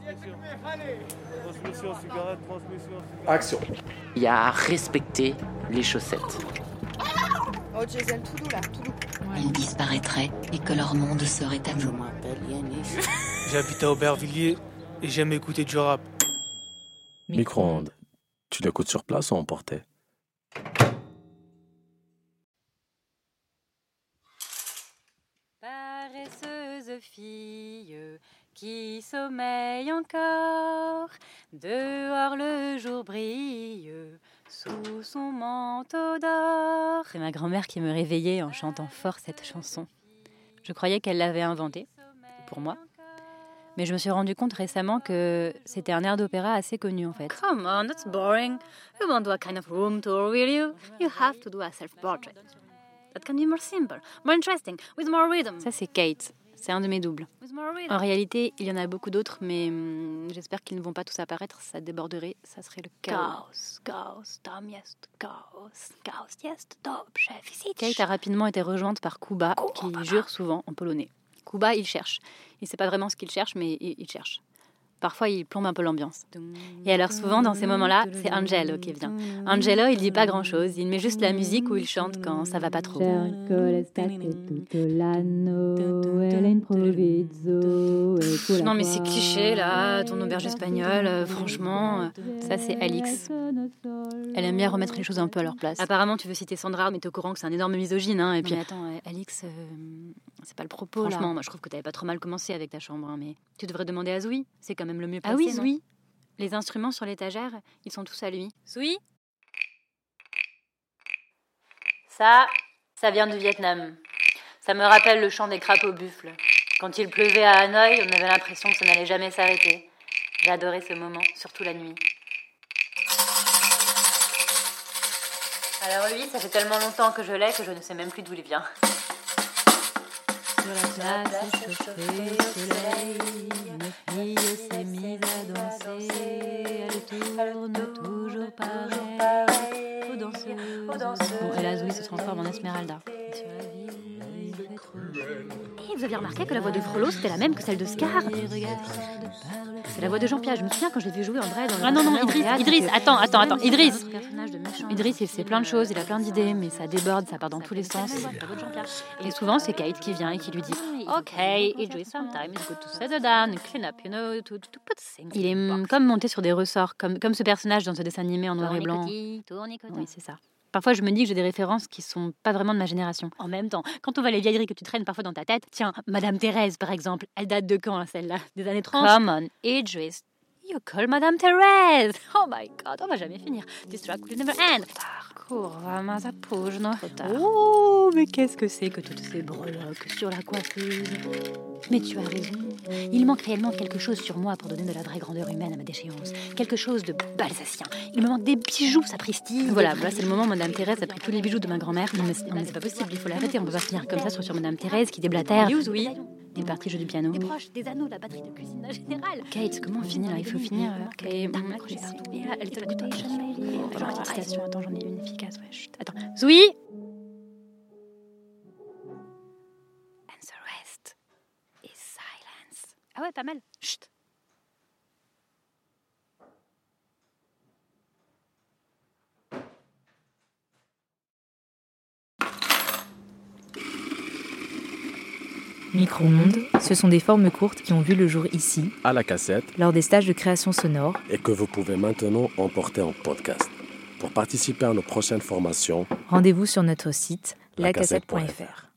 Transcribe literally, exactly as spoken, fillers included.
Action. Il y a à respecter les chaussettes. Oh Jason, tout doux là, tout doux. Ils disparaîtraient et que leur monde serait à nous. J'habite à Aubervilliers et j'aime écouter du rap. Micro-ondes. Tu l'écoutes sur place ou emporté? Paresseuse fille qui sommeille encore, dehors le jour brille sous son manteau d'or. C'est ma grand-mère qui me réveillait en chantant fort cette chanson. Je croyais qu'elle l'avait inventée, pour moi. Mais je me suis rendu compte récemment que c'était un air d'opéra assez connu en fait. Come on, that's boring. You won't do a kind of room tour, will you? You have to do a self-portrait. That can be more simple, more interesting, with more rhythm. Ça c'est Kate, c'est un de mes doubles. En réalité, il y en a beaucoup d'autres, mais hum, j'espère qu'ils ne vont pas tous apparaître, ça déborderait, ça serait le chaos. Chaos, tam jest chaos, chaos jest dobrze, widzisz? Kate a rapidement été rejointe par Kuba, qui jure souvent en polonais. Kuba, il cherche. Il ne sait pas vraiment ce qu'il cherche, mais il, il cherche. Parfois, il plombe un peu l'ambiance. Et alors souvent, dans ces moments-là, c'est Angelo qui vient. Angelo, il dit pas grand-chose. Il met juste la musique où il chante quand ça va pas trop. Non, mais c'est cliché, là, ton auberge espagnole, euh, franchement... Euh... Ça, c'est Alix. Elle aime bien remettre les choses un peu à leur place. Apparemment, tu veux citer Sandra, mais t'es au courant que c'est un énorme misogyne, hein, et puis... Mais attends, euh, Alix, euh, c'est pas le propos, Franchement, là. moi, je trouve que t'avais pas trop mal commencé avec ta chambre, hein, mais... Tu devrais demander à Zoui, c'est quand même le mieux Ah placé, oui, non? Zoui. Les instruments sur l'étagère, ils sont tous à lui. Zoui? Ça, ça vient du Vietnam. Ça me rappelle le chant des crapauds buffles. Quand il pleuvait à Hanoï, on avait l'impression que ça n'allait jamais s'arrêter. J'ai adoré ce moment, surtout la nuit. Alors lui, ça fait tellement longtemps que je l'ai que je ne sais même plus d'où il vient. Sur la place, chauffée au soleil, une fille s'est mise à danser. Elle tourne toujours pareil, aux danseuses. Bon, et là, Zoui se transforme en Esmeralda. Et vous avez remarqué que la voix de Frollo, c'était la même que celle de Scar? C'est la voix de Jean-Pierre. Je me souviens quand je l'ai vu jouer en vrai dans le... Ah non, non, Idriss, Idriss, attends, attends, attends, Idriss. Idriss, Idriss, il sait plein de choses, il a plein d'idées, mais ça déborde, ça part dans tous les sens. Et souvent, c'est Kate qui vient et qui lui dit « Ok, Idriss, sometimes it's good to settle down and clean up, you know, to, to put things. » Il est mm, comme monté sur des ressorts, comme, comme ce personnage dans ce dessin animé en noir et blanc. Oui, c'est ça. Parfois, je me dis que j'ai des références qui sont pas vraiment de ma génération. En même temps, quand on voit les vieilleries que tu traînes parfois dans ta tête, tiens, Madame Thérèse, par exemple, elle date de quand, hein, celle-là? Des années trente? Come on, Idriss. You call Madame Thérèse! Oh my God, on va jamais finir. This track will never end. Kurwa, ma za późno. Oh, mais qu'est-ce que c'est que toutes ces breloques sur la coiffeuse? Mais tu as raison. Il manque réellement quelque chose sur moi pour donner de la vraie grandeur humaine à ma déchéance. Quelque chose de balsacien. Il me manque des bijoux, sapristi. Voilà, là c'est le moment où Madame Thérèse a pris tous les bijoux de ma grand-mère. Non mais, non, mais c'est pas possible, il faut l'arrêter. On peut pas finir comme ça sur, sur Madame Thérèse qui déblatère. News, oui. Il est parti jouer du piano. Des proches, des anneaux, la batterie de cuisine en général. Kate, comment on finit là? Il faut finir. Ok, bon, accroché partout. Et là, elle était pas du tout. Attends, j'en ai une efficace. Ouais, chut. Attends. Zoui! And the rest is silence. Ah ouais, pas mal. Chut. Micro-ondes, ce sont des formes courtes qui ont vu le jour ici, à la cassette, lors des stages de création sonore, et que vous pouvez maintenant emporter en podcast. Pour participer à nos prochaines formations, rendez-vous sur notre site la la cassette cassette point point f r. f r.